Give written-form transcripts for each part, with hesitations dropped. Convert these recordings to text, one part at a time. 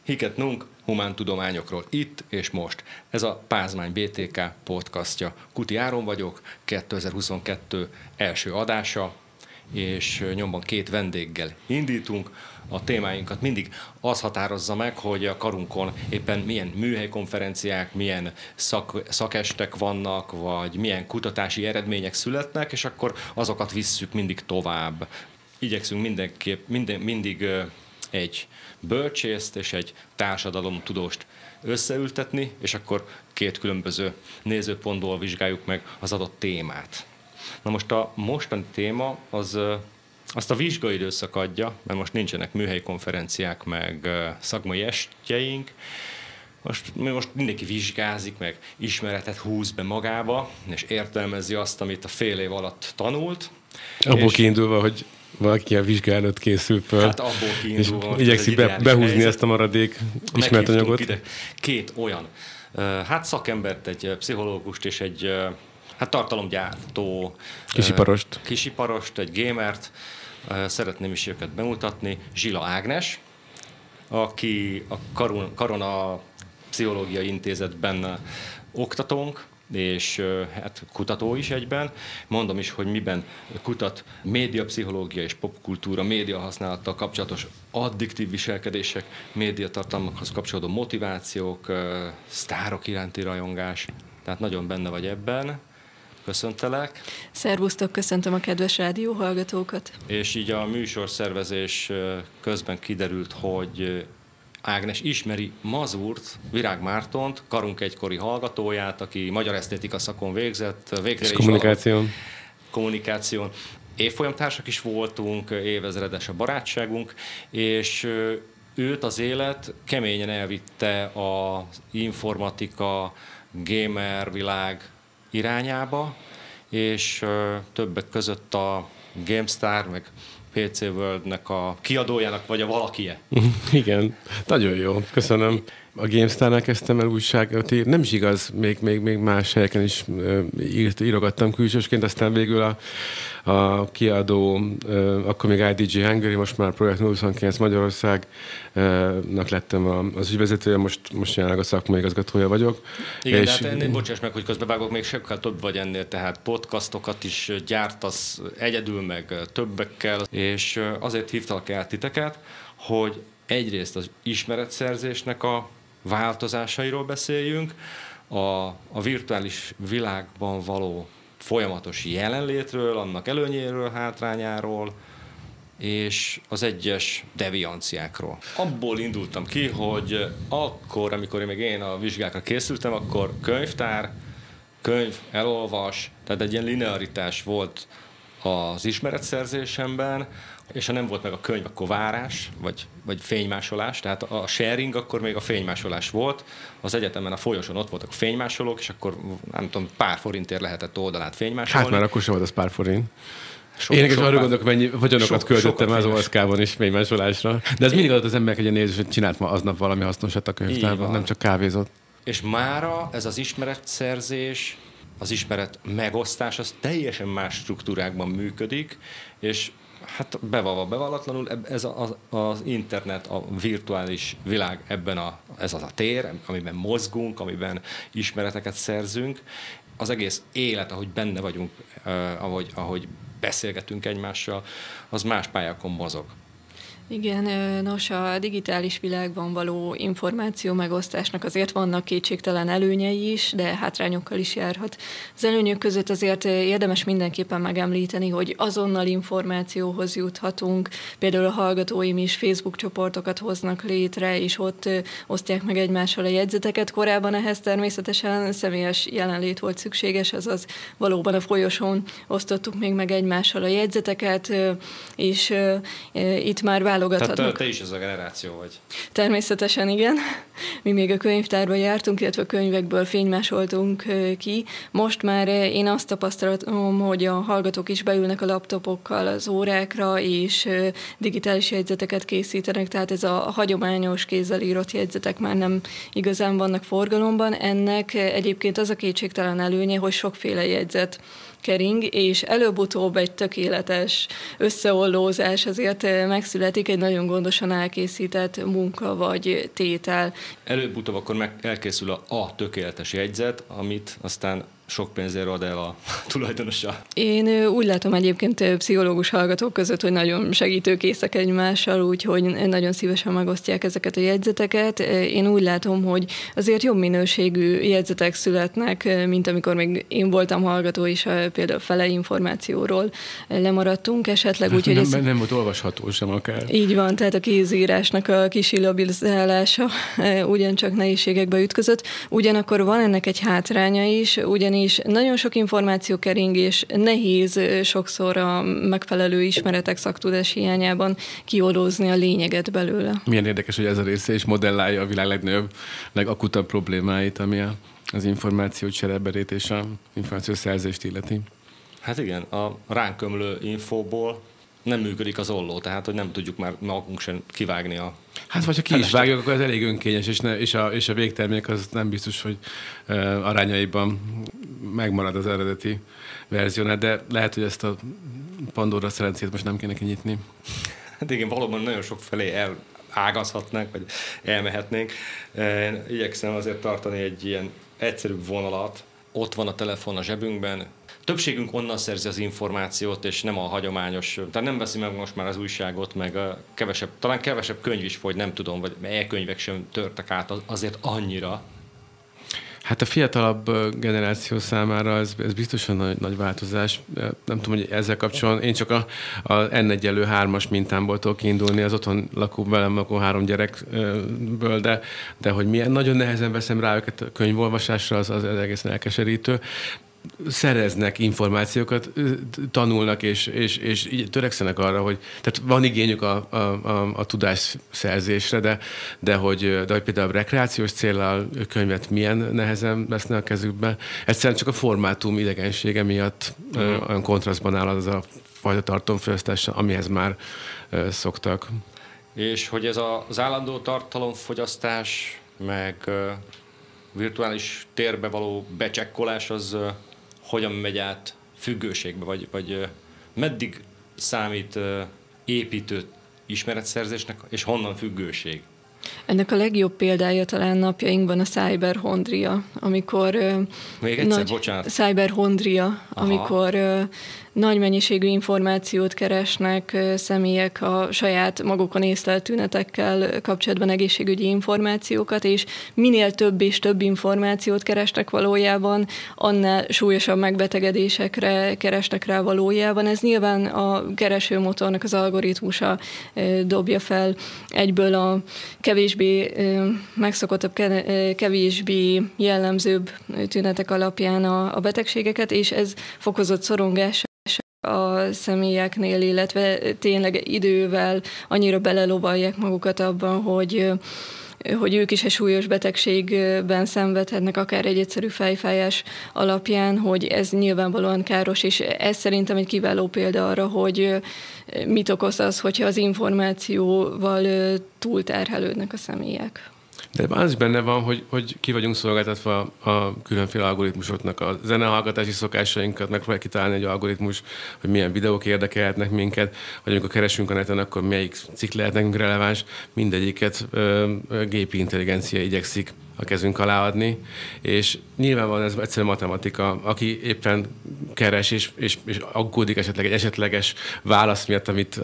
Hiket Nunc humántudományokról itt és most. Ez a Pázmány BTK podcastja. Kuti Áron vagyok, 2022 első adása, és nyomban 2 vendéggel indítunk. A témáinkat mindig az határozza meg, hogy a karunkon éppen milyen műhelykonferenciák, milyen szakestek vannak, vagy milyen kutatási eredmények születnek, és akkor azokat visszük mindig tovább. Igyekszünk mindig egy bölcsészt és egy társadalomtudóst összeültetni, és akkor 2 különböző nézőpontból vizsgáljuk meg az adott témát. Na most a mostani téma azt a vizsgai időszak adja, mert most nincsenek műhelykonferenciák, meg szakmai estjeink. Most mindenki vizsgázik, meg ismeretet húz be magába, és értelmezi azt, amit a fél év alatt tanult. Abból kiindulva, hogy valaki a vizsga előtt készül föl, hát abból kiindulva, és igyekszik behúzni helyzet. Ezt a maradék ismeretanyagot. Ide 2 olyan szakembert, egy pszichológust és egy tartalomgyártó kisiparost, egy gamert. Szeretném is őket bemutatni. Zsila Ágnes, aki a Karona Pszichológiai Intézetben oktatónk, és kutató is egyben. Mondom is, hogy miben kutat: médiapszichológia és popkultúra, média használattal kapcsolatos addiktív viselkedések, médiatartalmakhoz kapcsolódó motivációk, sztárok iránti rajongás. Tehát nagyon benne vagy ebben. Köszöntelek. Szervusztok, köszöntöm a kedves rádióhallgatókat. És így a műsorszervezés közben kiderült, hogy Ágnes ismeri Mazurt, Virág Mártont, karunk egykori hallgatóját, aki magyar esztétika szakon végzett. És kommunikáción. Évfolyamtársak is voltunk, évezredes a barátságunk, és őt az élet keményen elvitte az informatika, gamer világ irányába, és többek között a GameStar, meg PC World-nek a kiadójának, vagy a valakie. Igen, nagyon jó, köszönöm. A GameStar-nál kezdtem el újságot írni. Nem is igaz, még más helyeken is írogattam külsősként, aztán végül a kiadó, akkor még IDG Hungary, most már Projekt 029 Magyarországnak lettem az ügyvezetője, most jelenleg a szakmai igazgatója vagyok. Igen, és de hát bocsáss meg, hogy közbevágok, még sokkal több vagy ennél, tehát podcastokat is gyártasz egyedül, meg többekkel, és azért hívtalak el titeket, hogy egyrészt az ismeretszerzésnek a változásairól beszéljünk, a virtuális világban való folyamatos jelenlétről, annak előnyéről, hátrányáról, és az egyes devianciákról. Abból indultam ki, hogy akkor, amikor én a vizsgákra készültem, akkor könyv, elolvas, tehát egy ilyen linearitás volt az ismeretszerzésemben, és ha nem volt meg a könyv, akkor várás, vagy fénymásolás, tehát a sharing akkor még a fénymásolás volt. Az egyetemen a folyosón ott voltak a fénymásolók, és akkor nem tudom, pár forintért lehetett oldalát fénymásolni. Hát már akkor sem volt az pár forint. Én nekem arra gondolok, mennyi vagyonokat költöttem az OSZK-ban is fénymásolásra. De ez mindig adott az emberek egy érzés, hogy csinált ma aznap valami hasznosat a könyvtárban, nem csak kávézott. És mára ez az ismeretszerzés, az ismeret megosztás, az teljesen más struktúrákban működik, és hát bevallatlanul ez az internet, a virtuális világ, ez az a tér, amiben mozgunk, amiben ismereteket szerzünk. Az egész élet, ahogy benne vagyunk, ahogy beszélgetünk egymással, az más pályákon mozog. Igen, nos, a digitális világban való információ megosztásnak azért vannak kétségtelen előnyei is, de hátrányokkal is járhat. Az előnyök között azért érdemes mindenképpen megemlíteni, hogy azonnal információhoz juthatunk. Például a hallgatóim is Facebook csoportokat hoznak létre, és ott osztják meg egymással a jegyzeteket. Korábban ehhez természetesen személyes jelenlét volt szükséges, azaz valóban a folyosón osztottuk még meg egymással a jegyzeteket, és itt már válogathatnak. Tehát te is ez a generáció vagy. Természetesen igen. Mi még a könyvtárban jártunk, illetve a könyvekből fénymásoltunk ki. Most már én azt tapasztalom, hogy a hallgatók is beülnek a laptopokkal az órákra, és digitális jegyzeteket készítenek, tehát ez a hagyományos kézzel írott jegyzetek már nem igazán vannak forgalomban. Ennek egyébként az a kétségtelen előnye, hogy sokféle jegyzet kering, és előbb-utóbb egy tökéletes összeollózás azért megszületik egy nagyon gondosan elkészített munka vagy tétel. Előbb-utóbb akkor elkészül a tökéletes jegyzet, amit aztán sok pénzért ad el a tulajdonosa. Én úgy látom egyébként pszichológus hallgatók között, hogy nagyon segítőkészek egymással, úgyhogy nagyon szívesen megosztják ezeket a jegyzeteket. Én úgy látom, hogy azért jobb minőségű jegyzetek születnek, mint amikor még én voltam hallgató, és például fele információról lemaradtunk esetleg. Úgyhogy nem volt olvasható sem akár. Így van, tehát a kézírásnak a kisillabilizálása ugyancsak nehézségekbe ütközött. Ugyanakkor van ennek egy hátránya is, ugyanis nagyon sok információ kering, és nehéz sokszor a megfelelő ismeretek, szaktudás hiányában kiolózni a lényeget belőle. Milyen érdekes, hogy ez a része is modellálja a világ legnagyobb, legakutabb problémáit, ami az információ csereberét és az információszerzést illeti. Hát igen, a ránk ömlő infóból nem működik az olló, tehát hogy nem tudjuk már magunk sem kivágni a... Hát vagy ha ki is vágjuk, akkor ez elég önkényes, és a végtermék az nem biztos, hogy arányaiban megmarad az eredeti verziónál, de lehet, hogy ezt a Pandora szerencét most nem kéne kinyitni. Hát igen, valóban nagyon sok felé ágazhatnánk, vagy elmehetnénk. Én igyekszem azért tartani egy ilyen egyszerű vonalat. Ott van a telefon a zsebünkben, többségünk onnan szerzi az információt, és nem a hagyományos, tehát nem veszi meg most már az újságot, meg talán kevesebb könyv is fogy, nem tudom, vagy e-könyvek sem törtek át azért annyira. Hát a fiatalabb generáció számára ez biztosan nagy változás. Nem tudom, hogy ezzel kapcsolatban én csak a N1/3-as mintámból tudok indulni, az otthon velem lakó 3 gyerekből, de hogy milyen nagyon nehezen veszem rá őket a könyvolvasásra, az egészen elkeserítő. Szereznek információkat, tanulnak, és így törekszenek arra, hogy tehát van igényük a tudásszerzésre, de hogy például a rekreációs céllal könyvet milyen nehezen vesznek a kezükbe. Egyszerűen csak a formátum idegensége miatt olyan kontrasztban áll az a fajta tartalomfogyasztás, amihez már szoktak. És hogy ez az állandó tartalomfogyasztás, meg virtuális térbe való becsekkolás, az hogyan megy át függőségbe, vagy meddig számít építő ismeretszerzésnek, és honnan függőség? Ennek a legjobb példája talán napjainkban a cyberhondria, amikor... Még egyszer, bocsánat. Cyberhondria, amikor nagy mennyiségű információt keresnek személyek a saját magukon észlelt tünetekkel kapcsolatban egészségügyi információkat, és minél több és több információt keresnek valójában, annál súlyosabb megbetegedésekre keresnek rá valójában. Ez nyilván a keresőmotornak az algoritmusa dobja fel egyből a kevésbé megszokottabb, kevésbé jellemzőbb tünetek alapján a betegségeket, és ez fokozott szorongás a személyeknél, illetve tényleg idővel annyira belelovalják magukat abban, hogy ők is egy súlyos betegségben szenvedhetnek, akár egy egyszerű fejfájás alapján, hogy ez nyilvánvalóan káros, és ez szerintem egy kiváló példa arra, hogy mit okoz az, hogyha az információval túlterhelődnek a személyek. De az is benne van, hogy ki vagyunk szolgáltatva a különféle algoritmusoknak, a zenehallgatási szokásainkat megpróbáljuk kitalálni egy algoritmus, hogy milyen videók érdekelhetnek minket, vagy amikor keresünk a neten, akkor melyik cikk lehet nekünk releváns, mindegyiket gépi intelligencia igyekszik a kezünk alá adni, és nyilvánvalóan ez egyszerű matematika, aki éppen keres és aggódik esetleg egy esetleges válasz miatt, amit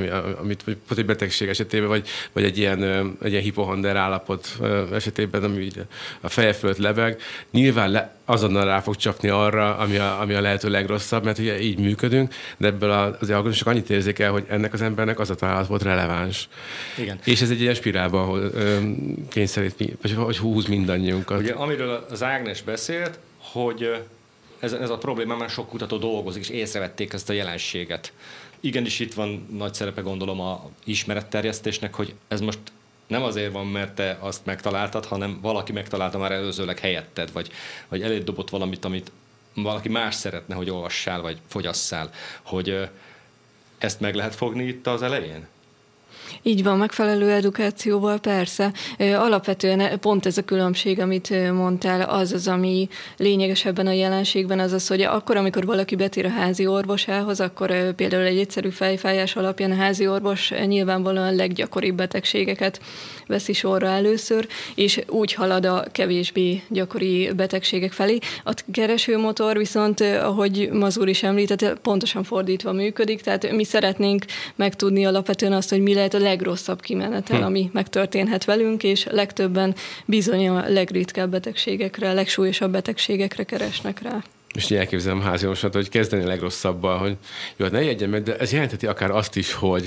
egy betegség esetében, vagy egy ilyen hipohonder állapot esetében, ami a feje fölött lebeg, nyilván azonnal rá fog csapni arra, ami a lehető legrosszabb, mert ugye így működünk, de ebből az algoritmusok annyit érzékel, hogy ennek az embernek az a találat volt releváns. Igen. És ez egy ilyen spirálba, ahol kényszerít, vagy húz mindannyiunkat. Ugye, amiről az Ágnes beszélt, hogy ez a probléma, már sok kutató dolgozik, és észrevették ezt a jelenséget. Igenis itt van nagy szerepe, gondolom, a ismeretterjesztésnek, hogy ez most nem azért van, mert te azt megtaláltad, hanem valaki megtalálta már előzőleg helyetted, vagy eléd dobott valamit, amit valaki más szeretne, hogy olvassál, vagy fogyasszál. Hogy ezt meg lehet fogni itt az elején? Így van, megfelelő edukációval persze. Alapvetően pont ez a különbség, amit mondtál, az, ami lényeges ebben a jelenségben, az, hogy akkor, amikor valaki betér a házi orvosához, akkor például egy egyszerű fejfájás alapján a házi orvos nyilvánvalóan a leggyakoribb betegségeket veszi sorra először, és úgy halad a kevésbé gyakori betegségek felé. A keresőmotor viszont, ahogy Mazur is említette, pontosan fordítva működik, tehát mi szeretnénk megtudni alapvetően azt, hogy mi lehet a legrosszabb kimenetel, ami megtörténhet velünk, és legtöbben bizony a legritkább betegségekre, a legsúlyosabb betegségekre keresnek rá. És így elképzelem háziorvosat, hogy kezdeni a legrosszabbal, hogy jó, ne jegyen meg, de ez jelentheti akár azt is, hogy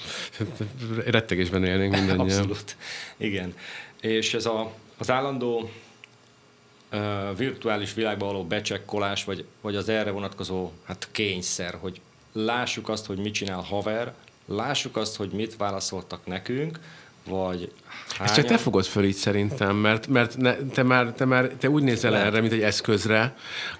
rettegésben élnénk mindannyian. Abszolút. Igen. És ez az állandó virtuális világban való becsekkolás, vagy az erre vonatkozó kényszer, hogy lássuk azt, hogy mit csinál haver, lássuk azt, hogy mit válaszoltak nekünk, vagy hányan... Ezt csak te fogod föl így szerintem, mert te úgy nézel erre, mint egy eszközre,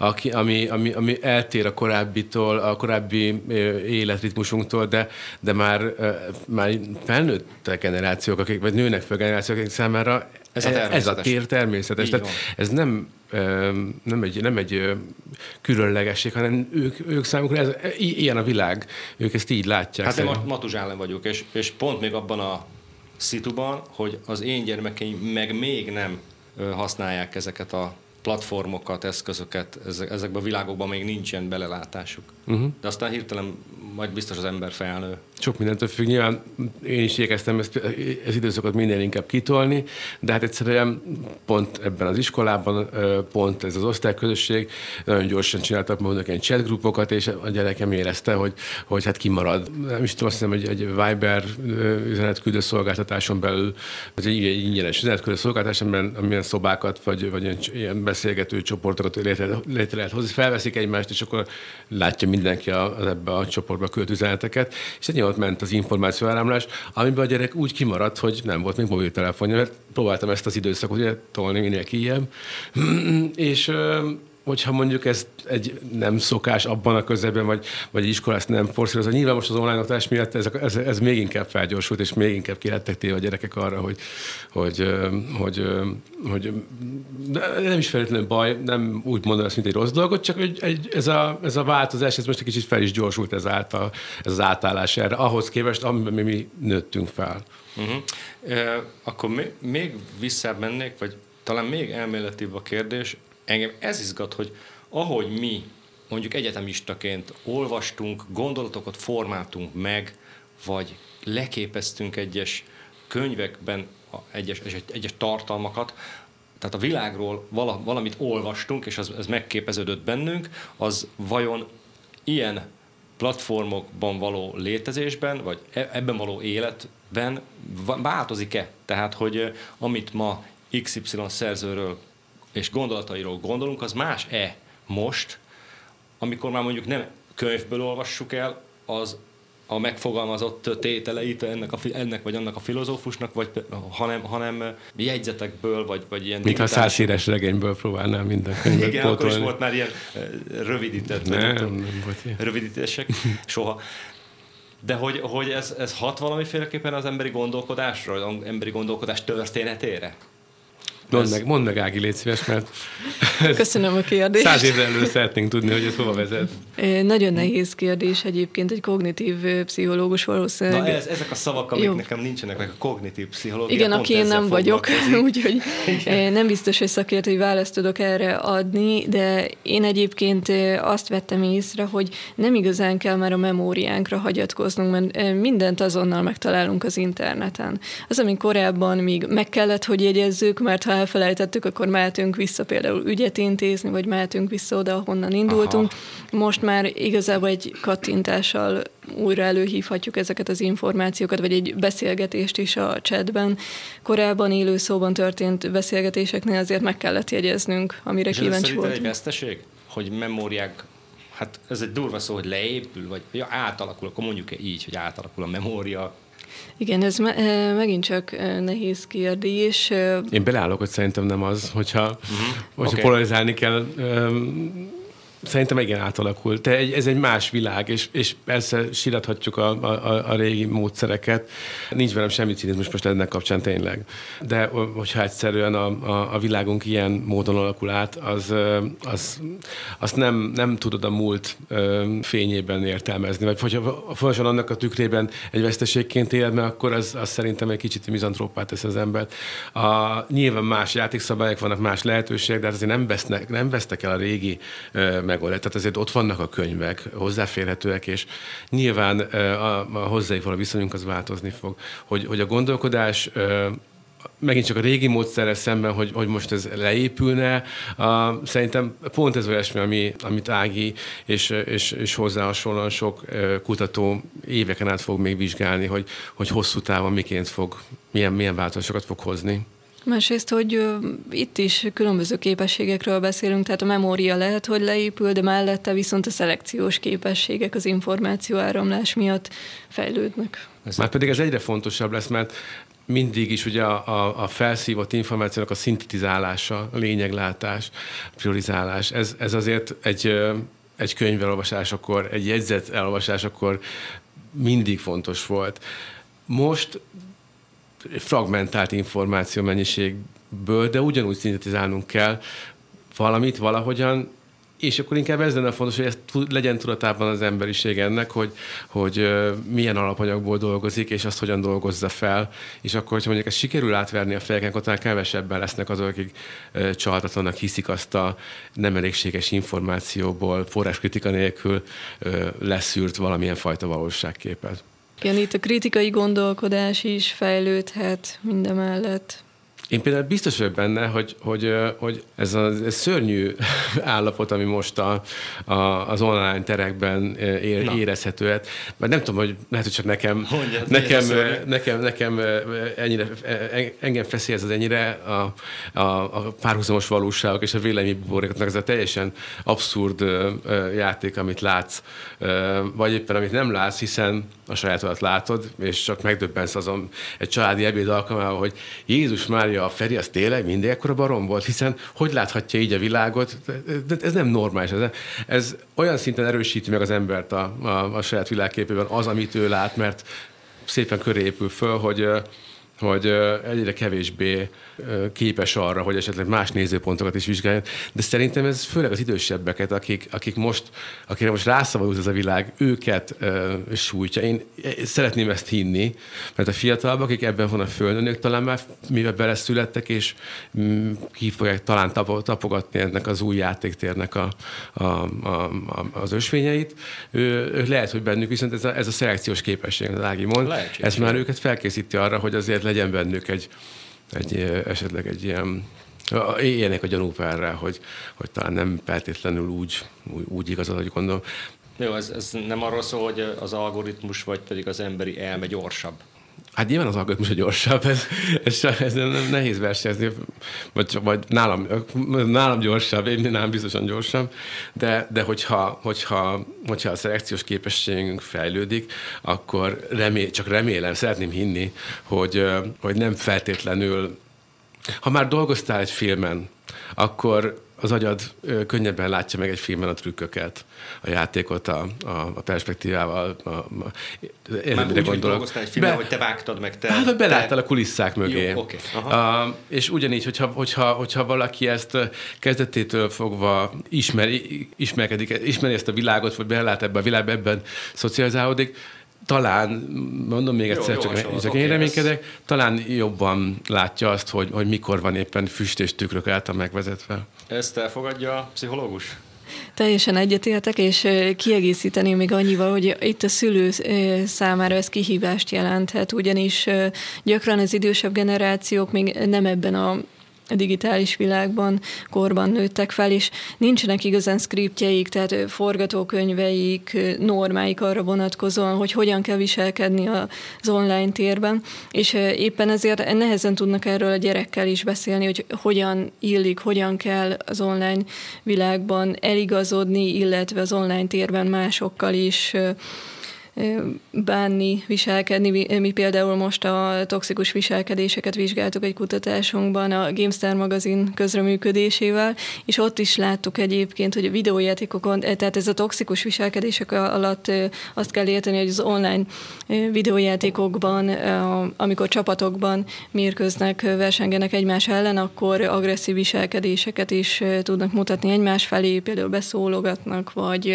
ami eltér a korábbitól, a korábbi életritmusunktól, de már felnőtt generációk, vagy nőnek fel generációk, akik számára ez a tér természetes. Tehát ez nem egy különlegesség, hanem ők számukra ilyen a világ, ők ezt így látják. Hát én Matuzsálem vagyok, és pont még abban a szituban, hogy az én gyermekeim meg még nem használják ezeket a platformokat, eszközöket, ezekben a világokban még nincsen belelátásuk. De aztán hirtelen majd biztos az ember felnő. Sok mindentől függ. Nyilván én is igyekeztem ez időszakot minél inkább kitolni, de hát egyszerűen pont ebben az iskolában, pont ez az osztályközösség, nagyon gyorsan csináltak magunknak ilyen chatgrupokat, és a gyerekem érezte, hogy hát kimarad. Nem is tudom, azt hiszem, hogy egy Viber üzenetküldő szolgáltatáson belül, vagy egy ingyenes üzenetküldő szolgáltatás, amilyen szobákat, vagy ilyen beszélgető csoportokat létre lehet hozni, felveszik egymást, és akkor látja mindenki ebbe a csoportba küldött üzeneteket, és ennyi ott ment az információáramlás, amiben a gyerek úgy kimaradt, hogy nem volt még mobiltelefonja, mert próbáltam ezt az időszakot ugye, tolni minél kijebb, és hogyha mondjuk ez egy nem szokás abban a közegben, vagy egy iskola ezt nem forszírozza, nyilván most az online oktatás miatt ez még inkább felgyorsult, és még inkább kilettek téve a gyerekek arra, hogy nem is feltétlenül baj, nem úgy mondom ezt, mint egy rossz dolgot, csak ez a változás, ez most egy kicsit fel is gyorsult ez az átállás erre, ahhoz képest, amiben mi nőttünk fel. Akkor még visszább mennék, vagy talán még elméletibb a kérdés. Engem ez izgat, hogy ahogy mi mondjuk egyetemistaként olvastunk, gondolatokat formáltunk meg, vagy leképeztünk egyes könyvekben egyes tartalmakat, tehát a világról valamit olvastunk, és ez megképeződött bennünk, az vajon ilyen platformokban való létezésben, vagy ebben való életben változik-e? Tehát, hogy amit ma XY szerzőről és gondolatairól gondolunk, az más-e most, amikor már mondjuk nem könyvből olvassuk el az a megfogalmazott tételeit ennek vagy annak a filozófusnak, hanem jegyzetekből, vagy ilyen... Mint a 100 híres regényből próbálnál minden könyvet igen, pótolni. Akkor is volt már ilyen rövidített, nem volt ilyen. Rövidítések, soha. De hogy ez hat valamiféleképpen az emberi gondolkodásra, az emberi gondolkodás történetére? Mondd meg, Ági, légy szíves, mert... Köszönöm a kérdést. 100 évre előtt szeretnénk tudni, hogy ez hova vezet. Nagyon nehéz kérdés egyébként, egy kognitív pszichológus valószínűleg... Na ezek a szavak, amik nekem nincsenek meg, a kognitív pszichológia. Igen, aki én nem vagyok, úgyhogy nem biztos, hogy szakértői választ tudok erre adni, de én egyébként azt vettem észre, hogy nem igazán kell már a memóriánkra hagyatkoznunk, mert mindent azonnal megtalálunk az interneten. Az, ami korábban még meg kellett, hogy jegyezzük, mert ha elfelejtettük, akkor mehetünk vissza például ügyet intézni, vagy mehetünk vissza oda, honnan indultunk. Aha. Most már igazából egy kattintással újra előhívhatjuk ezeket az információkat, vagy egy beszélgetést is a chatben. Korábban élő szóban történt beszélgetéseknél azért meg kellett jegyeznünk, amire kíváncsi voltunk. És ez egy veszteség, hogy memóriák, hát ez egy durva szó, hogy leépül, vagy átalakul, akkor mondjuk így, hogy átalakul a memória. Igen, ez megint csak nehéz kérdés. Én beleállok, hogy szerintem nem az, hogyha polarizálni kell Szerintem igen átalakul. Ez egy más világ, és persze sírathatjuk a régi módszereket. Nincs velem semmi cinizmus most ennek kapcsán tényleg. De hogyha egyszerűen a világunk ilyen módon alakul át, azt nem tudod a múlt fényében értelmezni. Vagy hogyha fontosan annak a tükrében egy veszteségként éled meg, akkor az szerintem egy kicsit mizantróppá tesz az embert. Nyilván más játékszabályok vannak, más lehetőségek, de hát azért nem vesztek el a régi megoldás. Tehát azért ott vannak a könyvek, hozzáférhetőek, és nyilván a hozzájuk való viszonyunk az változni fog. Hogy a gondolkodás megint csak a régi módszerrel szemben, hogy most ez leépülne, szerintem pont ez olyasmi, amit Ági és hozzá hasonlóan sok kutató éveken át fog még vizsgálni, hogy hosszú távon miként milyen változásokat fog hozni. Másrészt, hogy itt is különböző képességekről beszélünk, tehát a memória lehet, hogy leépül, de mellette viszont a szelekciós képességek az információ áramlás miatt fejlődnek. Már pedig ez egyre fontosabb lesz, mert mindig is ugye a felszívott információnak a szintetizálása, a lényeglátás, priorizálás, ez azért egy könyv elolvasásakor, egy jegyzet elolvasásakor mindig fontos volt. Most fragmentált információ mennyiségből, de ugyanúgy szintetizálnunk kell valamit valahogyan, és akkor inkább ez lenne fontos, hogy ezt legyen tudatában az emberiség ennek, hogy milyen alapanyagból dolgozik, és azt hogyan dolgozza fel, és akkor, hogyha mondjuk ezt sikerül átverni a fejeken, akkor talán kevesebben lesznek azok, akik csalhatatlanak hiszik azt a nem elégséges információból, forráskritika nélkül leszűrt valamilyen fajta valóságképet. Igen, itt a kritikai gondolkodás is fejlődhet mindemellett. Én például biztos vagyok benne, hogy ez szörnyű állapot, ami most az online terekben érezhető. Mert nem tudom, hogy lehet, hogy csak nekem ennyire, engem feszélyez az ennyire a párhuzamos valóságok és a véleménybuborékoknak ez a teljesen abszurd játék, amit látsz, vagy éppen amit nem látsz, hiszen a sajátodat látod, és csak megdöbbensz azon egy családi ebéd alkalmával, hogy Jézus Mária, a Feri az tényleg mindig ekkora barom volt, hiszen hogy láthatja így a világot? De ez nem normális. Ez olyan szinten erősíti meg az embert a saját világképében az, amit ő lát, mert szépen köré épül föl, hogy egyre kevésbé képes arra, hogy esetleg más nézőpontokat is vizsgáljon. De szerintem ez főleg az idősebbeket, akikre most rászabadult ez a világ, őket sújtja. Én szeretném ezt hinni, mert a fiatalabbak, akik ebben vannak fölnőnek, talán már mivel beleszülettek, és ki fogják talán tapogatni ennek az új játéktérnek az ösvényeit. Ők lehet, hogy bennük viszont ez a szelekciós képesség, az Ági mond, ez már őket felkészíti arra, hogy azért legyen bennük esetleg egy ilyen, éljenek a gyanúk erre, hogy talán nem feltétlenül úgy igaz, ahogy gondolom. Jó, ez nem arról szól, hogy az algoritmus vagy pedig az emberi elme gyorsabb. Hát nyilván az algoritmus a gyorsabb, ez nehéz versenyezni, vagy nálam gyorsabb, én nálam biztosan gyorsabb, de hogyha a szelekciós képességünk fejlődik, akkor csak remélem, szeretném hinni, hogy nem feltétlenül, ha már dolgoztál egy filmen, akkor az agyad könnyebben látja meg egy filmben a trükköket, a játékot, a perspektívával. Már úgy, hogy dolgoztál egy filmben, hogy te vágtad meg. Hát, beláttál a kulisszák mögé. Jó, okay. És ugyanígy, hogyha valaki ezt kezdetétől fogva ismeri ezt a világot, vagy belát ebbe a világba, ebben szocializálódik, talán, mondom még egyszer, csak én reménykedek, talán jobban látja azt, hogy mikor van éppen füst és tükrök által megvezetve. Ezt elfogadja a pszichológus? Teljesen egyetértek, és kiegészíteném még annyival, hogy itt a szülő számára ez kihívást jelenthet, ugyanis gyakran az idősebb generációk még nem ebben a digitális világban, korban nőttek fel, és nincsenek igazán szkriptjeik, tehát forgatókönyveik, normáik arra vonatkozóan, hogy hogyan kell viselkedni az online térben, és éppen ezért nehezen tudnak erről a gyerekkel is beszélni, hogy hogyan illik, hogyan kell az online világban eligazodni, illetve az online térben másokkal is bánni, viselkedni. Mi például most a toxikus viselkedéseket vizsgáltuk egy kutatásunkban a GameStar magazin közreműködésével, és ott is láttuk egyébként, hogy a videójátékokon, tehát ez a toxikus viselkedések alatt azt kell érteni, hogy az online videójátékokban, amikor csapatokban mérköznek, versengenek egymás ellen, akkor agresszív viselkedéseket is tudnak mutatni egymás felé, például beszólogatnak,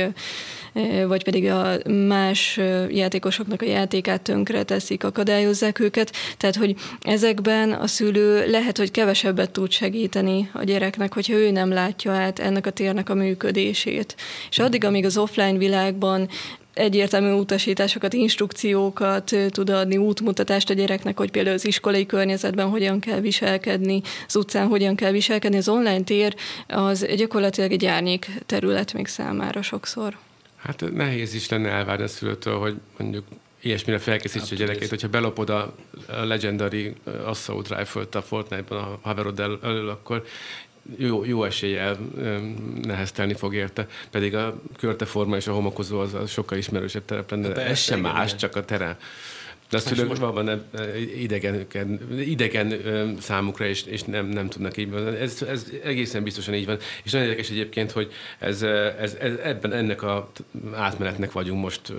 vagy pedig a más játékosoknak a játékát tönkre teszik, akadályozzák őket. Tehát, hogy ezekben a szülő lehet, hogy kevesebbet tud segíteni a gyereknek, hogyha ő nem látja át ennek a térnek a működését. És addig, amíg az offline világban egyértelmű utasításokat, instrukciókat tud adni, útmutatást a gyereknek, hogy például az iskolai környezetben hogyan kell viselkedni, az utcán hogyan kell viselkedni. Az online tér az gyakorlatilag egy árnyék terület még számára sokszor. Hát nehéz is lenne elvárni a szülőtől, hogy mondjuk ilyesmire felkészítse a gyerekét, hogyha belopod a Legendary Assault Rifle-t a Fortnite-ban a haverod elől, akkor jó eséllyel neheztelni fog érte. Pedig a körteforma és a homokozó az sokkal ismerősebb terep lenne. Ez sem más, csak a terem. De a szülők valóban idegen számukra, és nem tudnak így van. Ez egészen biztosan így van. És nagyon érdekes egyébként, hogy ebben ennek az átmenetnek vagyunk most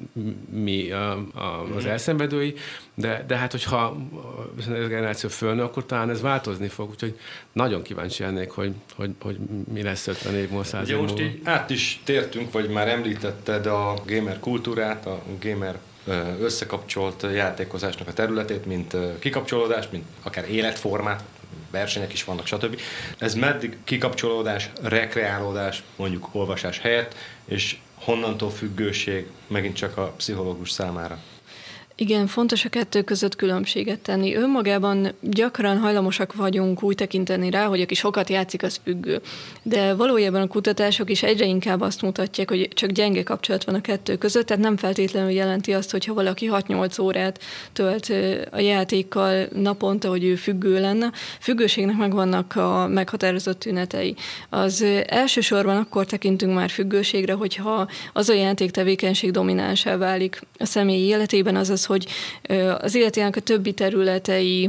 mi az elszenvedői, de hát, hogyha a generáció fölnő, akkor talán ez változni fog. Úgyhogy nagyon kíváncsi lennék, hogy mi lesz 50 év múlva, 100 év múlva. Most így át is tértünk, vagy már említetted a gamer kultúrát, a gamer összekapcsolt játékozásnak a területét, mint kikapcsolódást, mint akár életformát, versenyek is vannak, stb. Ez meddig kikapcsolódás, rekreálódás, mondjuk olvasás helyett, és honnantól függőség megint csak a pszichológus számára? Igen, fontos a kettő között különbséget tenni. Önmagában gyakran hajlamosak vagyunk úgy tekinteni rá, hogy aki sokat játszik, az függő. De valójában a kutatások is egyre inkább azt mutatják, hogy csak gyenge kapcsolat van a kettő között, tehát nem feltétlenül jelenti azt, hogyha valaki 6-8 órát tölt a játékkal naponta, hogy ő függő lenne. Függőségnek megvannak a meghatározott tünetei. Az elsősorban akkor tekintünk már függőségre, hogyha az a játéktevékenység dominánsá válik a személyi életében, azaz, hogy az életének a többi területei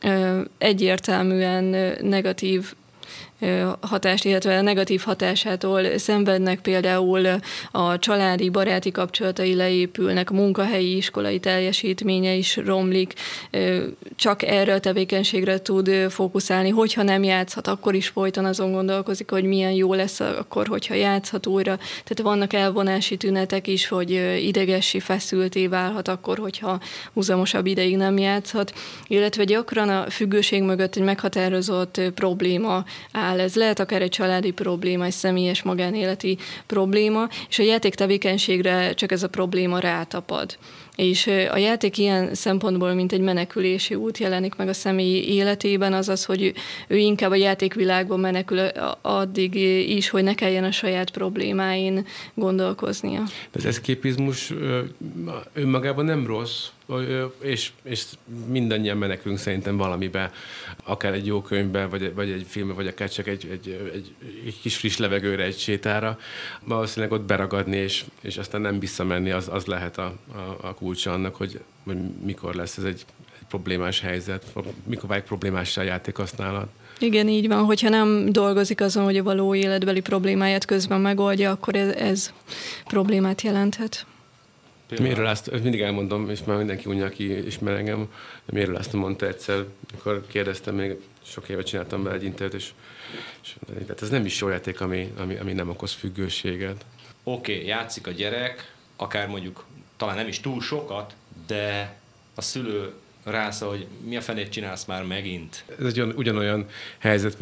egyértelműen negatív hatást, illetve a negatív hatásától szenvednek, például a családi, baráti kapcsolatai leépülnek, a munkahelyi, iskolai teljesítménye is romlik, csak erre a tevékenységre tud fókuszálni, hogyha nem játszhat, akkor is folyton azon gondolkozik, hogy milyen jó lesz akkor, hogyha játszhat újra. Tehát vannak elvonási tünetek is, hogy idegessé, feszülté válhat akkor, hogyha húzamosabb ideig nem játszhat, illetve gyakran a függőség mögött egy meghatározott probléma áll. Ez lehet akár egy családi probléma, egy személyes magánéleti probléma, és a játék tevékenységre csak ez a probléma rátapad. És a játék ilyen szempontból, mint egy menekülési út jelenik meg a személyi életében, azaz, hogy ő inkább a játékvilágban menekül addig is, hogy ne kelljen a saját problémáin gondolkoznia. Az eszképizmus önmagában nem rossz, és mindannyian menekülünk szerintem valamibe, akár egy jó könyvbe, vagy egy filmbe, vagy akár csak egy kis friss levegőre, egy sétára. Valószínűleg ott beragadni, és aztán nem visszamenni, az lehet a kulcsa annak, hogy mikor lesz ez egy problémás helyzet, mikor válik problémássá a játékhasználat. Igen, így van. Hogyha nem dolgozik azon, hogy a való életbeli problémáját közben megoldja, akkor ez problémát jelenthet. Miről azt mindig elmondom, és már mindenki unja, aki ismer engem, miről azt mondta egyszer, amikor kérdeztem, még sok évet csináltam be egy interjút, és tehát ez nem is jó játék, ami nem okoz függőséget. Oké, játszik a gyerek, akár mondjuk talán nem is túl sokat, de a szülő rászól, hogy mi a fenét csinálsz már megint. Ez egy ugyanolyan helyzet,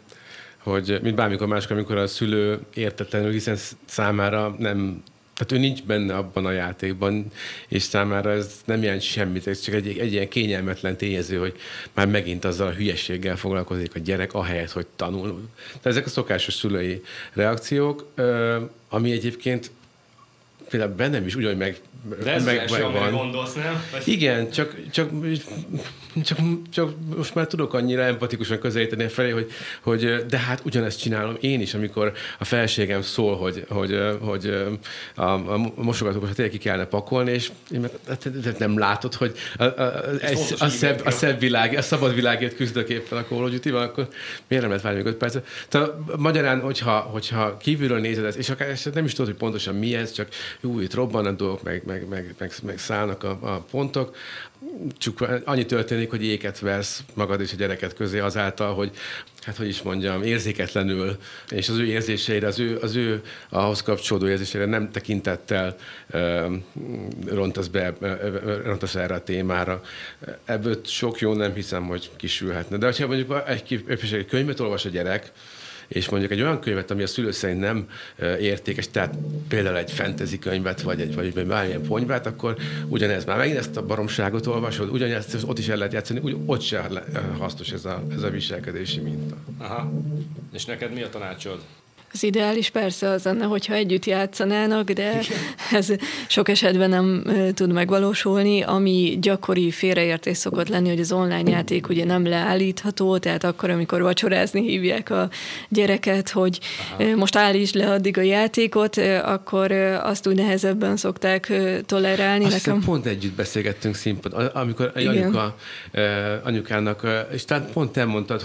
mint bármikor máskor, amikor a szülő értetlenül, hiszen számára nem, tehát ő nincs benne abban a játékban, és számára ez nem jelent semmit, ez csak egy ilyen kényelmetlen tényező, hogy már megint azzal a hülyességgel foglalkozik a gyerek, ahelyett, hogy tanul. Tehát ezek a szokásos szülői reakciók, ami egyébként például bennem is ugyanúgy meg van. Gondolsz, nem? Igen, csak most már tudok annyira empatikusan közelíteni felé, hogy de hát ugyanezt csinálom én is, amikor a feleségem szól, hogy a mosogatókosat tényleg ki kellene pakolni, és én meg nem látod, hogy a szebb világ, a szabad világért küzdök éppen a Call of Duty-ban, akkor miért nem lehet várni még 5 percet? Tehát magyarán, hogyha kívülről nézed ezt, és akár nem is tudod, hogy pontosan mi ez, csak jó, itt robbannak dolgok, meg szállnak a pontok, csak annyi történik, hogy éket versz magad és a gyereket közé azáltal, hogy hát hogy is mondjam, érzéketlenül, és az ő érzéseire, az ő ahhoz kapcsolódó érzéseire nem tekintettel rontasz erre a témára. Ebből sok jó nem hiszem, hogy kisülhetne. De ha mondjuk egy könyvet olvas a gyerek, és mondjuk egy olyan könyvet, ami a szülő szerint nem értékes, tehát például egy fantasy könyvet, vagy bármilyen ponyvát, akkor ugyanez már megint ezt a baromságot olvasod, ugyanezt ott is el lehet játszani, ott sem hasznos ez a viselkedési minta. Aha. És neked mi a tanácsod? Az ideális persze az lenne, hogyha együtt játszanának, de ez sok esetben nem tud megvalósulni. Ami gyakori félreértés szokott lenni, hogy az online játék ugye nem leállítható, tehát akkor, amikor vacsorázni hívják a gyereket, hogy most állítsd le addig a játékot, akkor azt úgy nehezebben szokták tolerálni. Azt hiszem pont együtt beszélgettünk színpadon, amikor anyukának, és tehát pont te mondtad,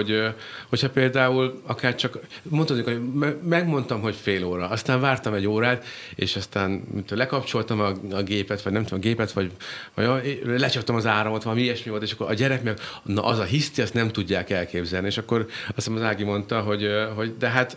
hogyha például akár csak mondtad, hogy megmondtam, hogy fél óra, aztán vártam egy órát, és aztán lekapcsoltam a gépet, vagy nem tudom, a gépet, vagy lecsaptam az áramot, valami ilyesmi volt, és akkor a gyerek meg, na az a hiszti, azt nem tudják elképzelni, és akkor azt hiszem az Ági mondta, hogy de hát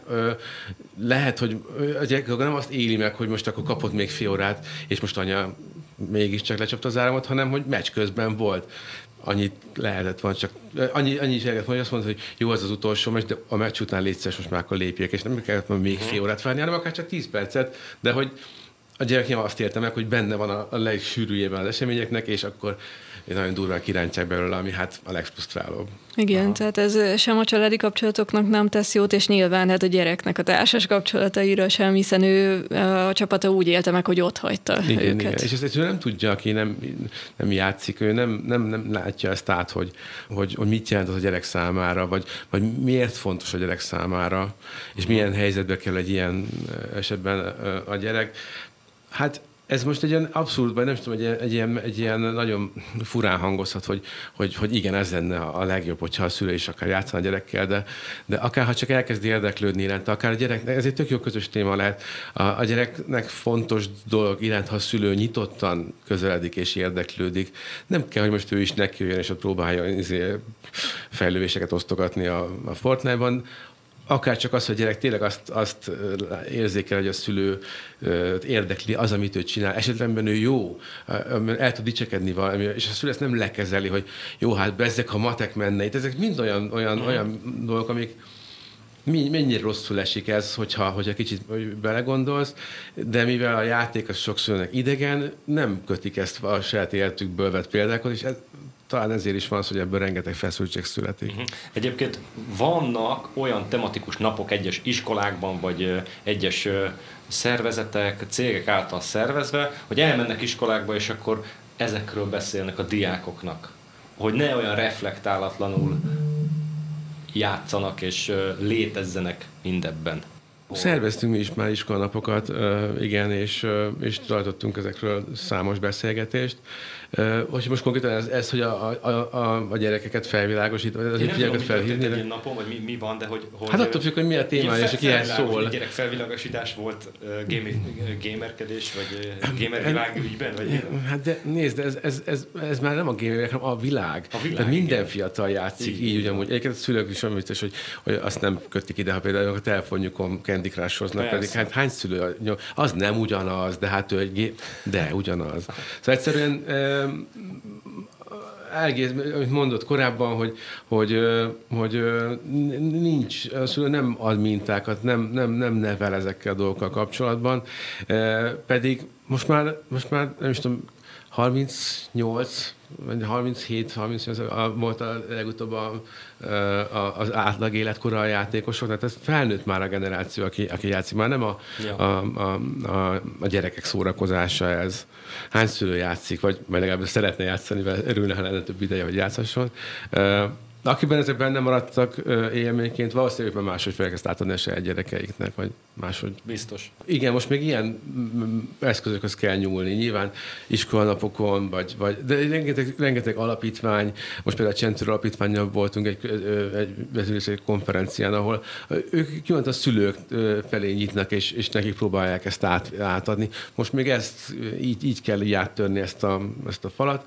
lehet, hogy a gyerek nem azt éli meg, hogy most akkor kapott még fél órát, és most anya mégiscsak lecsapta az áramot, hanem hogy meccs közben volt. Annyit lehetett van, csak annyi is lehetett, hogy azt mondta, hogy jó, az utolsó meccs, de a meccs után légy szíves, most már akkor lépjek, és nem kellett még fél órát várni, hanem akár csak 10 percet, de hogy a gyerek nyilván azt érte meg, hogy benne van a legsűrűjében az eseményeknek, és akkor nagyon durván kirántják belőle, ami hát a legfrusztrálóbb. Igen, tehát ez sem a családi kapcsolatoknak nem tesz jót, és nyilván hát a gyereknek a társas kapcsolataira sem, hiszen ő a csapata úgy élte meg, hogy ott hagyta őket. Igen. És ezt ő nem tudja, aki nem játszik, ő nem látja ezt át, hogy mit jelent az a gyerek számára, vagy miért fontos a gyerek számára, és milyen helyzetbe kell egy ilyen esetben a gyerek. Hát ez most egy ilyen abszurd, vagy nem tudom, egy ilyen nagyon furán hangozhat, hogy igen, ez lenne a legjobb, hogyha a szülő is akár játszana a gyerekkel, de akár ha csak elkezd érdeklődni iránta, akár a gyereknek, ez egy tök jó közös téma lehet. A gyereknek fontos dolog iránt, ha a szülő nyitottan közeledik és érdeklődik. Nem kell, hogy most ő is nekijöjjön és ott próbálja fejlővéseket osztogatni a Fortnite-ban. Akár csak az, hogy a gyerek tényleg azt érzékel, hogy a szülő érdekli az, amit ő csinál. Esetben ő jó, el tud dicsekedni valami, és a szülő ezt nem lekezeli, hogy jó, hát bezzek, ha matek menne. Itt ezek mind olyan dolgok, amik mennyire rosszul esik ez, hogyha kicsit belegondolsz, de mivel a játék az sok szülőnek idegen, nem kötik ezt a saját életükből vett példákat, és talán ezért is van az, hogy ebből rengeteg feszültség születik. Egyébként vannak olyan tematikus napok egyes iskolákban, vagy egyes szervezetek, cégek által szervezve, hogy elmennek iskolákba, és akkor ezekről beszélnek a diákoknak. Hogy ne olyan reflektálatlanul játszanak, és létezzenek mindebben. Szerveztünk mi is már iskolanapokat, igen, és tartottunk ezekről számos beszélgetést. Hogy most konkrétan ez hogy a gyerekeket felvilágosít, vagy az gyerekeket felhívni. Egy napon, vagy mi van, de hogy hát attól függ, hogy mi a témája, és kihez szól. Gyerek felvilágosítás volt gamerkedés, vagy gamervilág ügyben? Vagy... Hát de nézd, ez már nem a gamer, hanem a világ. Tehát minden fiatal játszik így ugyanúgy. Egyébként a szülők is olyan biztos, hogy azt nem kötik ide, ha például a telefonjukon Candy Crush-oznak, pedig hát hány szülő, az nem ugyanaz, de hát ő de ugyanaz. Szóval egyszerűen egész, amit mondott korábban, hogy nincs, a szülő nem ad mintákat, nem nevel ezekkel a dolgokkal kapcsolatban, pedig most már nem is tudom, 38 vagy 37-38 volt a legutóbb az átlag életkora a játékosok, tehát ez felnőtt már a generáció, aki játszik. Már nem a gyerekek szórakozása ez. Hány szülő játszik, vagy legalább szeretne játszani, mert örülne, ha lenne több ideje, hogy játszhasson. Akiben ezek benne maradtak élményként, valószínűleg már máshogy fogják ezt átadni a saját gyerekeiknek, vagy máshogy. Biztos. Igen, most még ilyen eszközökhöz kell nyúlni. Nyilván iskolanapokon, de rengeteg alapítvány, most például a Csentőr alapítvánnyal voltunk egy vezetőségi konferencián, ahol ők kimondta a szülők felé nyitnak, és nekik próbálják ezt átadni. Most még ezt így kell így áttörni ezt a falat.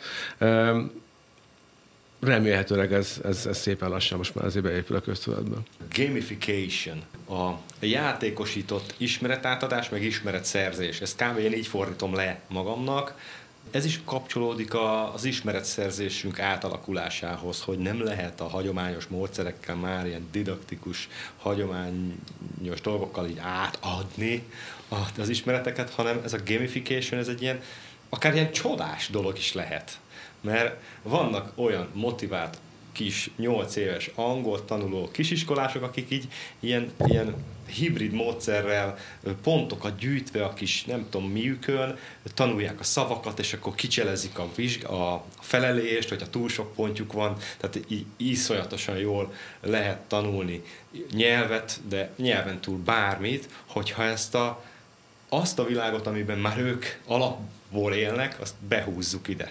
Remélhetőleg ez szépen lassan most már azért beépül a köztudatba. Gamification, a játékosított ismeretátadás, meg ismeretszerzés. Ezt kb. Én így fordítom le magamnak. Ez is kapcsolódik az ismeretszerzésünk átalakulásához, hogy nem lehet a hagyományos módszerekkel már ilyen didaktikus, hagyományos dolgokkal így átadni az ismereteket, hanem ez a gamification, ez egy ilyen, akár ilyen csodás dolog is lehet. Mert vannak olyan motivált kis 8 éves angol tanuló kisiskolások, akik így ilyen hibrid módszerrel pontokat gyűjtve a kis nem tudom miükön, tanulják a szavakat, és akkor kicselezik a felelést, hogyha túl sok pontjuk van, tehát így iszonyatosan jól lehet tanulni nyelvet, de nyelven túl bármit, hogyha azt a világot, amiben már ők alapból élnek, azt behúzzuk ide.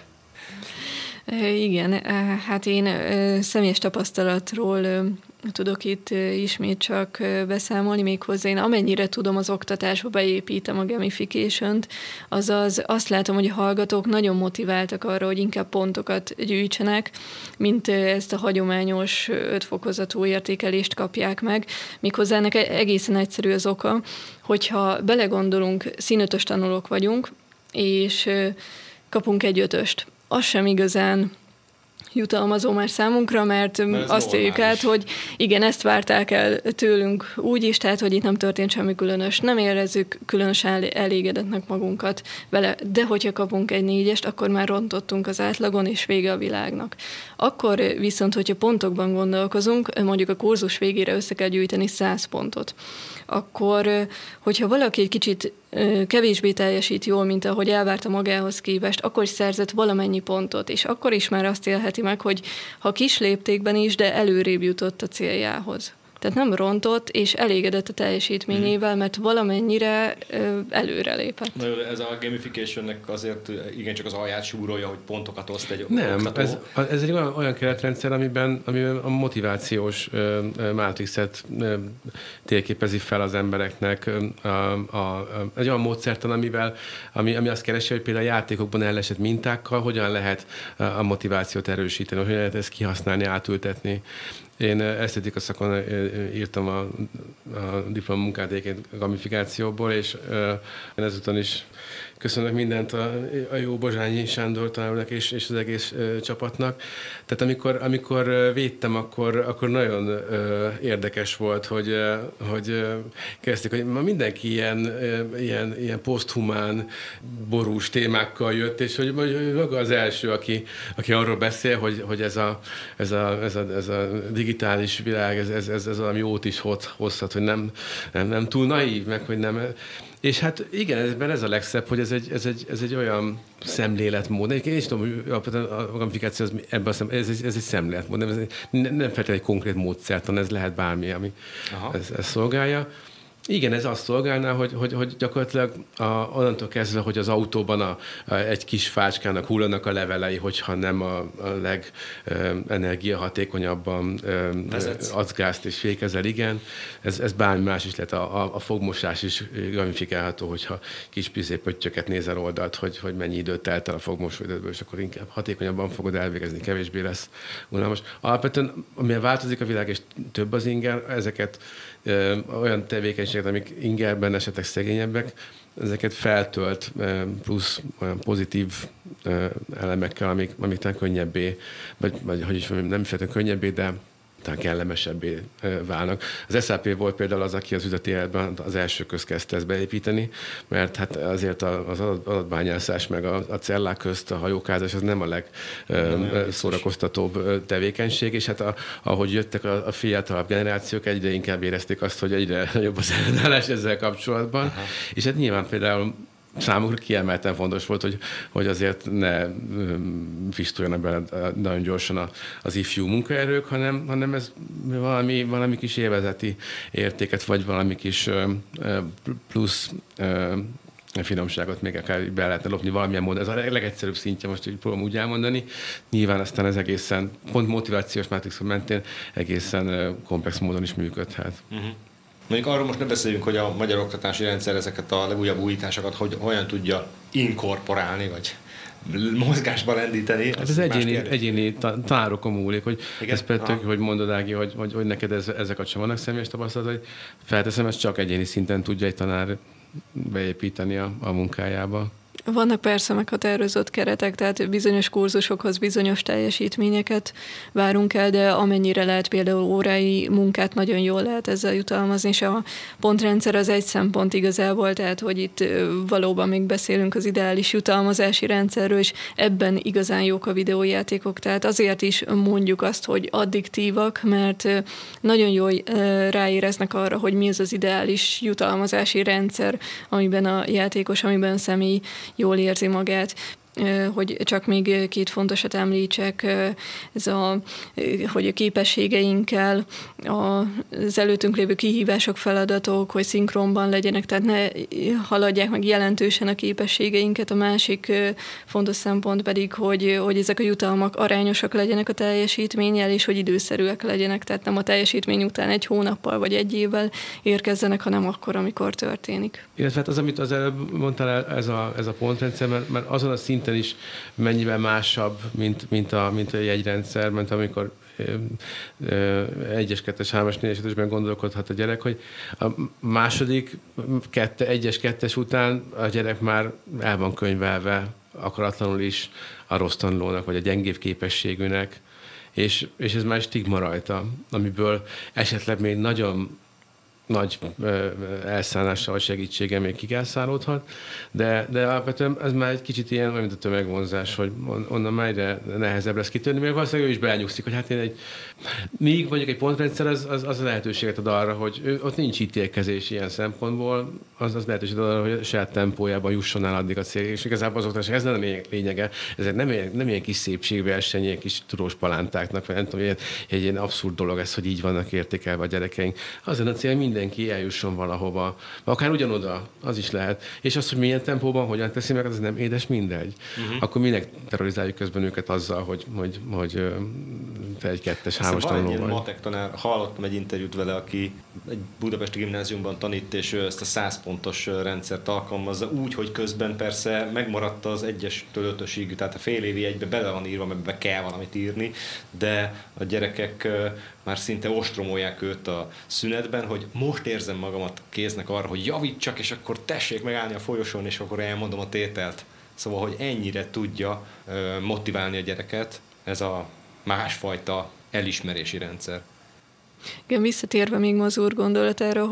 Igen, hát én személyes tapasztalatról tudok itt ismét csak beszámolni, méghozzá én amennyire tudom, az oktatásba beépítem a gamification-t, azaz azt látom, hogy a hallgatók nagyon motiváltak arra, hogy inkább pontokat gyűjtsenek, mint ezt a hagyományos 5 fokozatú értékelést kapják meg, méghozzá ennek egészen egyszerű az oka, hogyha belegondolunk, színötös tanulók vagyunk, és kapunk egy 5-öst. Az sem igazán jutalmazó már számunkra, mert azt éljük át, hogy igen, ezt várták el tőlünk úgy is, tehát, hogy itt nem történt semmi különös. Nem érezzük különösen elégedetnek magunkat vele, de hogyha kapunk egy 4-est, akkor már rontottunk az átlagon, és vége a világnak. Akkor viszont, hogyha pontokban gondolkozunk, mondjuk a kurzus végére össze kell gyűjteni 100 pontot, akkor, hogyha valaki egy kicsit kevésbé teljesít jól, mint ahogy elvárta magához képest, akkor is szerzett valamennyi pontot, és akkor is már azt élheti meg, hogy ha kis léptékben is, de előrébb jutott a céljához. Tehát nem rontott, és elégedett a teljesítményével, mert valamennyire előrelépett. Na jó, ez a gamificationnek azért igencsak az alját súrolja, hogy pontokat oszt egy oktató. Ez egy olyan keretrendszer, amiben a motivációs mátrixet térképezi fel az embereknek. Egy olyan módszertan, ami azt keresi, hogy például a játékokban elesett mintákkal hogyan lehet a motivációt erősíteni, hogyan lehet ezt kihasználni, átültetni. Én esztétika szakon írtam a diplomamunkát egyébként gamifikációból, és én ezután is köszönök mindent a jó Bozsányi Sándor tanulnak és az egész csapatnak. Tehát amikor védtem, akkor nagyon érdekes volt, hogy kezdték, hogy ma mindenki ilyen poszthumán, borús témákkal jött, és hogy maga az első, aki arról beszél, hogy ez a digitális világ, ez valami jót is hozhat, hogy nem túl naív, meg hogy nem. És hát igen, ez a legszebb, hogy ez egy olyan szemléletmód. Én is tudom, hogy a gamifikáció ez egy szemléletmód, nem feltétlenül egy konkrét módszertan, ez lehet bármi, ami ezt szolgálja. Igen, ez azt szolgálná, hogy gyakorlatilag onnantól kezdve, hogy az autóban egy kis fácskának hullanak a levelei, hogyha nem a legenergiahatékonyabban acgázt és fékezel, igen. Ez bármi más is lehet. A fogmosás is gamifikálható, hogyha kis pöttyöket nézel oldalt, hogy mennyi időt telt el a fogmosóidőből, és akkor inkább hatékonyabban fogod elvégezni, kevésbé lesz unalmas. Alapvetően, amilyen változik a világ, és több az inger, ezeket olyan tevékenységek, amik ingerben esetleg szegényebbek, ezeket feltölt plusz olyan pozitív elemekkel, amik talán könnyebbé, vagy hogy is mondjam, nem feltétlenül könnyebbé, de talán kellemesebbé válnak. Az SAP volt például az, aki az üzleti életben az első közt kezdte ezt beépíteni, mert hát azért az adatbányászás meg a cellák közt a hajókázás az nem a legszórakoztatóbb tevékenység, és hát ahogy jöttek a fiatalabb generációk, egyre inkább érezték azt, hogy egyre nagyobb az ellenállás ezzel kapcsolatban, és hát nyilván például számukra kiemelten fontos volt, hogy azért ne fisztuljanak bele nagyon gyorsan az ifjú munkaerők, hanem ez valami kis élvezeti értéket, vagy valami kis plusz finomságot még akár be lehetne lopni valamilyen módon. Ez a legegyszerűbb szintje, most így próbálom úgy elmondani. Nyilván aztán ez egészen, pont motivációs mátrixon mentén egészen komplex módon is működhet. Mondjuk arról most ne beszéljünk, hogy a magyar oktatási rendszer ezeket a legújabb újításokat hogyan tudja inkorporálni, vagy mozgásba lendíteni. Hát ez egyéni tanárokon múlik, hogy ez például, hogy mondod, Ági, hogy neked ezek sem vannak személyes tapasztalat, hogy felteszem, ezt csak egyéni szinten tudja egy tanár beépíteni a munkájába. Vannak persze meghatározott keretek, tehát bizonyos kurzusokhoz bizonyos teljesítményeket várunk el, de amennyire lehet például órái munkát nagyon jól lehet ezzel jutalmazni, és a pontrendszer az egy szempont igazából, tehát hogy itt valóban még beszélünk az ideális jutalmazási rendszerről, és ebben igazán jók a videójátékok, tehát azért is mondjuk azt, hogy addiktívak, mert nagyon jól ráéreznek arra, hogy mi az az ideális jutalmazási rendszer, amiben a játékos, amiben a személy jól érzi magát. Hogy csak még két fontosat említsek, hogy a képességeinkkel az előttünk lévő kihívások, feladatok, hogy szinkronban legyenek, tehát ne haladják meg jelentősen a képességeinket. A másik fontos szempont pedig, hogy ezek a jutalmak arányosak legyenek a teljesítménnyel, és hogy időszerűek legyenek, tehát nem a teljesítmény után egy hónappal vagy egy évvel érkezzenek, hanem akkor, amikor történik. Illetve hát az, amit az előbb mondtál, ez a pontrendszer, mert azon a szinten is mennyivel másabb, mint a jegyrendszer, mert amikor 1-es, 2-es, 3-as, 4-es gondolkodhat a gyerek, hogy a második 1-es, 2-es után a gyerek már el van könyvelve akaratlanul is a rossz tanulónak, vagy a gyengébb képességűnek, és ez már stigma rajta, amiből esetleg még nagyon nagy elszállnással vagy segítséggel még kikászálódhat, de alapvetően ez már egy kicsit ilyen, mint a tömegvonzás, hogy onnan már egyre nehezebb lesz kitörni, mert valószínűleg ő is beányugszik, hogy hát míg mondjuk egy pontrendszer az a lehetőséget ad arra, hogy ott nincs ítélkezés ilyen szempontból, az lehetőséget ad arra, hogy a saját tempójában jusson el addig a cél, és igazából az oktatásnak ez nem a lényege, ez nem ilyen kis szépségverseny, ilyen kis tudós palántáknak, vagy nem tudom, egy ilyen abszurd dolog ez, hogy így vannak értékelve a gyerekeink. Azon a cél, mindenki eljusson valahova, akár ugyanoda, az is lehet. És az, hogy milyen tempóban, hogyan teszi meg, az nem édes mindegy. Akkor minek terrorizáljuk közben őket azzal, hogy te egy 2-es, 3-as tanuló vagy. Matek tanár, hallottam egy interjút vele, aki egy budapesti gimnáziumban tanít, és ezt a 100 pontos rendszert alkalmazza úgy, hogy közben persze megmaradt az 1-estől 5-ösig, tehát a fél évi egybe bele van írva, mert be kell valamit írni, de a gyerekek már szinte ostromolják őt a szünetben, hogy most érzem magamat késznek arra, hogy javítsak, és akkor tessék megállni a folyosón, és akkor elmondom a tételt. Szóval, hogy ennyire tudja motiválni a gyereket ez a másfajta elismerési rendszer. Igen, visszatérve még Mazur gondolatára,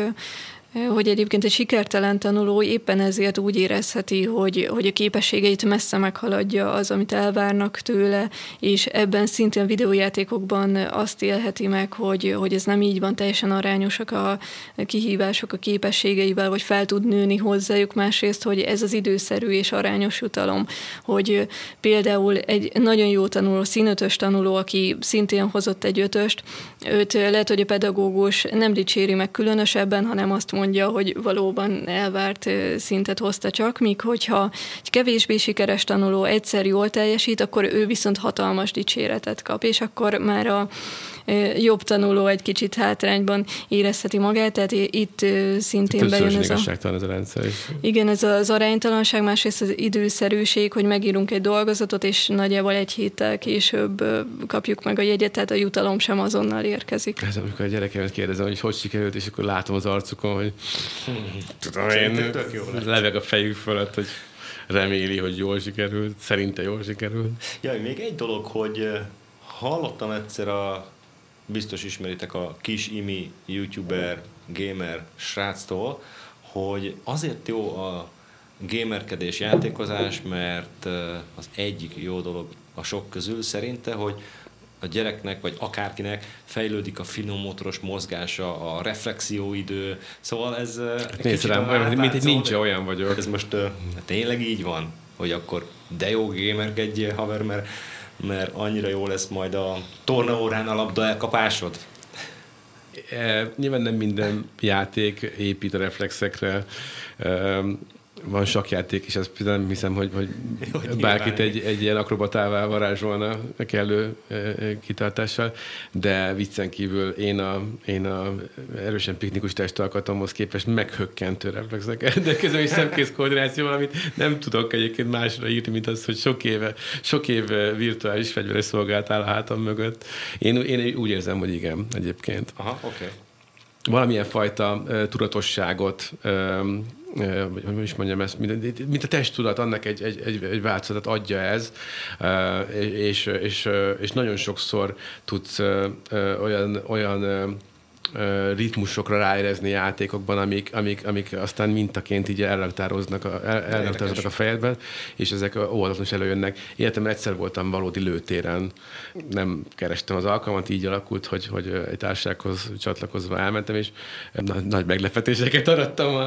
hogy egyébként egy sikertelen tanuló éppen ezért úgy érezheti, hogy a képességeit messze meghaladja az, amit elvárnak tőle, és ebben szintén a videójátékokban azt élheti meg, hogy ez nem így van, teljesen arányosak a kihívások a képességeivel, vagy fel tud nőni hozzájuk, másrészt, hogy ez az időszerű és arányos jutalom, hogy például egy nagyon jó tanuló, színötös tanuló, aki szintén hozott egy 5-öst, őt lehet, hogy a pedagógus nem dicséri meg különösebben, hanem azt mondja, hogy valóban elvárt szintet hozta csak, míg hogyha egy kevésbé sikeres tanuló egyszer jól teljesít, akkor ő viszont hatalmas dicséretet kap, és akkor már a jobb tanuló egy kicsit hátrányban érezheti magát, tehát itt szintén bejön ez a rendszer is. Igen, ez az aránytalanság, másrészt az időszerűség, hogy megírunk egy dolgozatot, és nagyjából egy héttel később kapjuk meg a jegyet, tehát a jutalom sem azonnal érkezik. Ez amikor a gyerekemet kérdezem, hogy sikerült, és akkor látom az arcukon, hogy tudom én, leveg a fejük fölött, hogy reméli, hogy jól sikerült, szerinte jól sikerült. Jaj, még egy dolog, hogy hallottam egyszer a biztos ismeritek a kis imi youtuber, gamer sráctól, hogy azért jó a gamerkedés, játékozás, mert az egyik jó dolog a sok közül szerinte, hogy a gyereknek, vagy akárkinek fejlődik a finommotoros mozgása, a reflexióidő, szóval ez... Nézd rám, mint egy ninja olyan vagyok. Ez most tényleg így van, hogy akkor de jó gamerkedjél, haver, mert annyira jó lesz majd a tornaórán a labda elkapásod? Nyilván nem minden játék épít a reflexekre. Van sakjáték is, ezt nem hiszem, hogy bárkit egy ilyen akrobatává varázsolna kellő kitartással, de viccen kívül én a erősen piknikus testalkatomhoz képest meghökkentő reflexek rendelkezem, és szemkész koordinációval, amit nem tudok egyébként másra írni, mint az, hogy sok év virtuális fegyveres szolgált áll a hátam mögött. Én úgy érzem, hogy igen, egyébként. Aha, oké. Valamilyen fajta tudatosságot, hogy is mondjam ezt, mint a testtudat, annak egy változatot adja ez, és nagyon sokszor tudsz olyan ritmusokra ráérezni játékokban, amik aztán mintaként így elraktároznak a fejedben, és ezek óvatatlanul előjönnek. Életemben egyszer voltam valódi lőtéren, nem kerestem az alkalmat, így alakult, hogy egy társasághoz csatlakozva elmentem, és nagy meglepetéseket arattam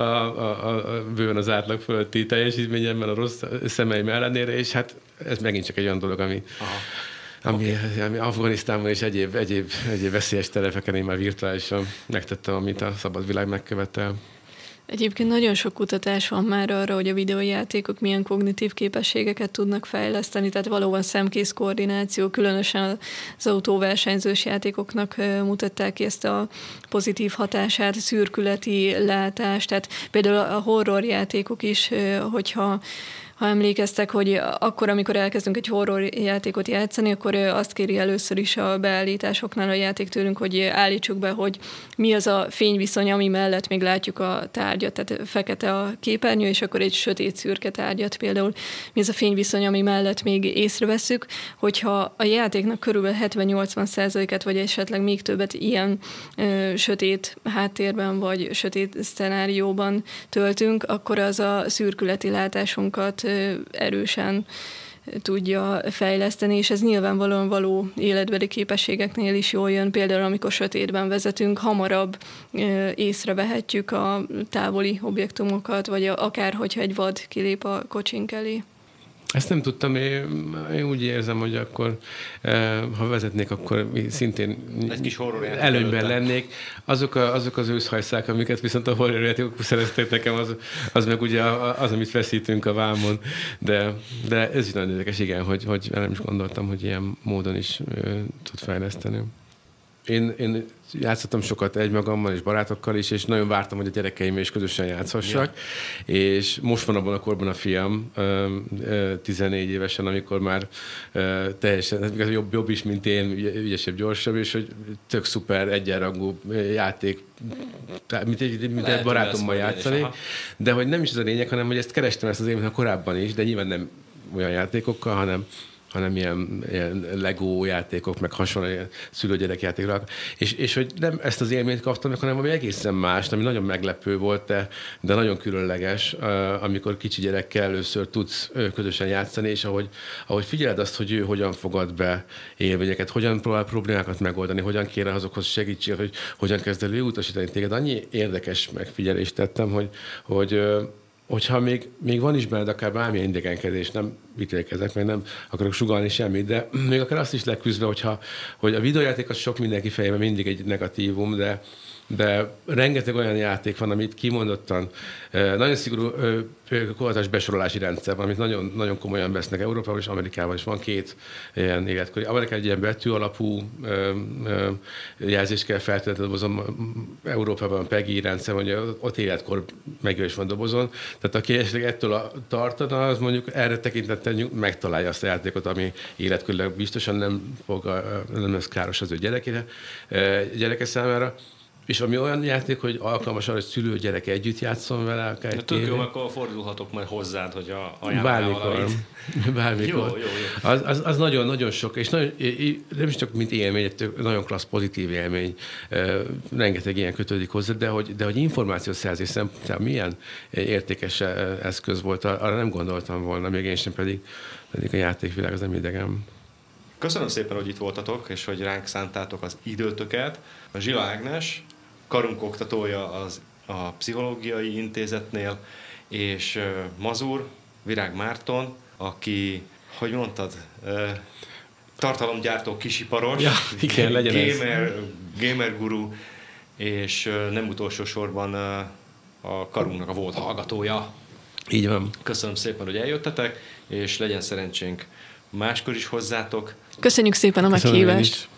a bőven az átlag fölötti teljesítményemben, a rossz szemeim ellenére, és hát ez megint csak egy olyan dolog, ami Afganisztánban és egyéb veszélyes telepeken én már virtuálisan megtettem, amit a szabad világ megkövetel. Egyébként nagyon sok kutatás van már arra, hogy a videójátékok milyen kognitív képességeket tudnak fejleszteni, tehát valóban szemkész koordináció, különösen az autóversenyzős játékoknak mutatták ki ezt a pozitív hatását, szürkületi látást, tehát például a horror játékok is, hogyha emlékeztek, hogy akkor, amikor elkezdünk egy horror játékot játszani, akkor azt kéri először is a beállításoknál a játék tőlünk, hogy állítsuk be, hogy mi az a fényviszony, ami mellett még látjuk a tárgyat, tehát fekete a képernyő, és akkor egy sötét szürke tárgyat például. Mi az a fényviszony, ami mellett még észreveszünk, hogyha a játéknak körülbelül 70-80%-et, vagy esetleg még többet ilyen sötét háttérben, vagy sötét szcenárióban töltünk, akkor az a szürkületi látásunkat erősen tudja fejleszteni, és ez nyilvánvalóan való életbeli képességeknél is jól jön. Például, amikor sötétben vezetünk, hamarabb észrevehetjük a távoli objektumokat, vagy akár, hogyha egy vad kilép a kocsink elé. Ezt nem tudtam, én úgy érzem, hogy akkor, ha vezetnék, akkor szintén egy kis előnyben lennék. Azok az őszhajszák, amiket viszont a horrorjátékok szereztek nekem, az meg ugye az, amit veszítünk a vámon. De ez is nagyon érdekes, igen, hogy nem is gondoltam, hogy ilyen módon is tud fejleszteni. Én játszottam sokat egymagammal és barátokkal is, és nagyon vártam, hogy a gyerekeim is közösen játszhassak. Ja. És most van abban a korban a fiam, 14 évesen, amikor már teljesen jobb is, mint én, ügyesebb, gyorsabb, és hogy tök szuper, egyenrangú játék, mint egy barátommal játszani. De hogy nem is ez a lényeg, hanem hogy ezt kerestem ezt az élményt korábban is, de nyilván nem olyan játékokkal, hanem ilyen Lego játékok, meg hasonló ilyen szülő-gyerek játékok. És hogy nem ezt az élményt kaptam, hanem valami egészen más, ami nagyon meglepő volt, de nagyon különleges, amikor kicsi gyerekkel először tudsz közösen játszani, és ahogy figyeled azt, hogy ő hogyan fogad be élményeket, hogyan próbál problémákat megoldani, hogyan kér azokhoz segítséget, hogy hogyan kezd elő utasítani téged. Annyi érdekes megfigyelést tettem, hogyha még van is benned akár bármilyen idegenkedés, nem ítélkezek, meg nem akarok sugallni semmit, de még akár azt is leküzdve, hogy a videójáték az sok mindenki fejében mindig egy negatívum, de rengeteg olyan játék van, amit kimondottan nagyon szigorú korlátozás besorolási rendszer van, amit nagyon, nagyon komolyan vesznek Európában és Amerikában, és van két ilyen életkori. Amerikában egy ilyen betű alapú jelzést kell feltenni a dobozon, Európában PEGI rendszer, hogy ott életkor megjelölés van dobozon, tehát aki esetleg ettől tartana, az mondjuk erre tekintettel megtalálja azt a játékot, ami életkorilag biztosan nem lesz káros az ő gyereke számára. És ami olyan játék, hogy alkalmas arra, hogy szülő-gyerek együtt játszom vele, akár tök jó, akkor fordulhatok majd hozzád, hogy bármikor. Bármikor. Jó. Az nagyon-nagyon sok, és nagyon, nem is csak mint élmény, egy nagyon klassz, pozitív élmény, rengeteg ilyen kötődik hozzá, de hogy információszerzés szempontjából milyen értékes eszköz volt, arra nem gondoltam volna, még én sem pedig a játékvilág az nem idegem. Köszönöm szépen, hogy itt voltatok, és hogy ránk szántátok az időtöket. A Zsila Ágnes, karunkoktatója a Pszichológiai Intézetnél, és Mazur, Virág Márton, aki, hogy mondtad, tartalomgyártó kisiparos, ja, igen, legyen gamer guru, és nem utolsó sorban a karunknak a volt hallgatója. Így van. Köszönöm szépen, hogy eljöttetek, és legyen szerencsénk máskor is hozzátok. Köszönjük szépen a meghívást!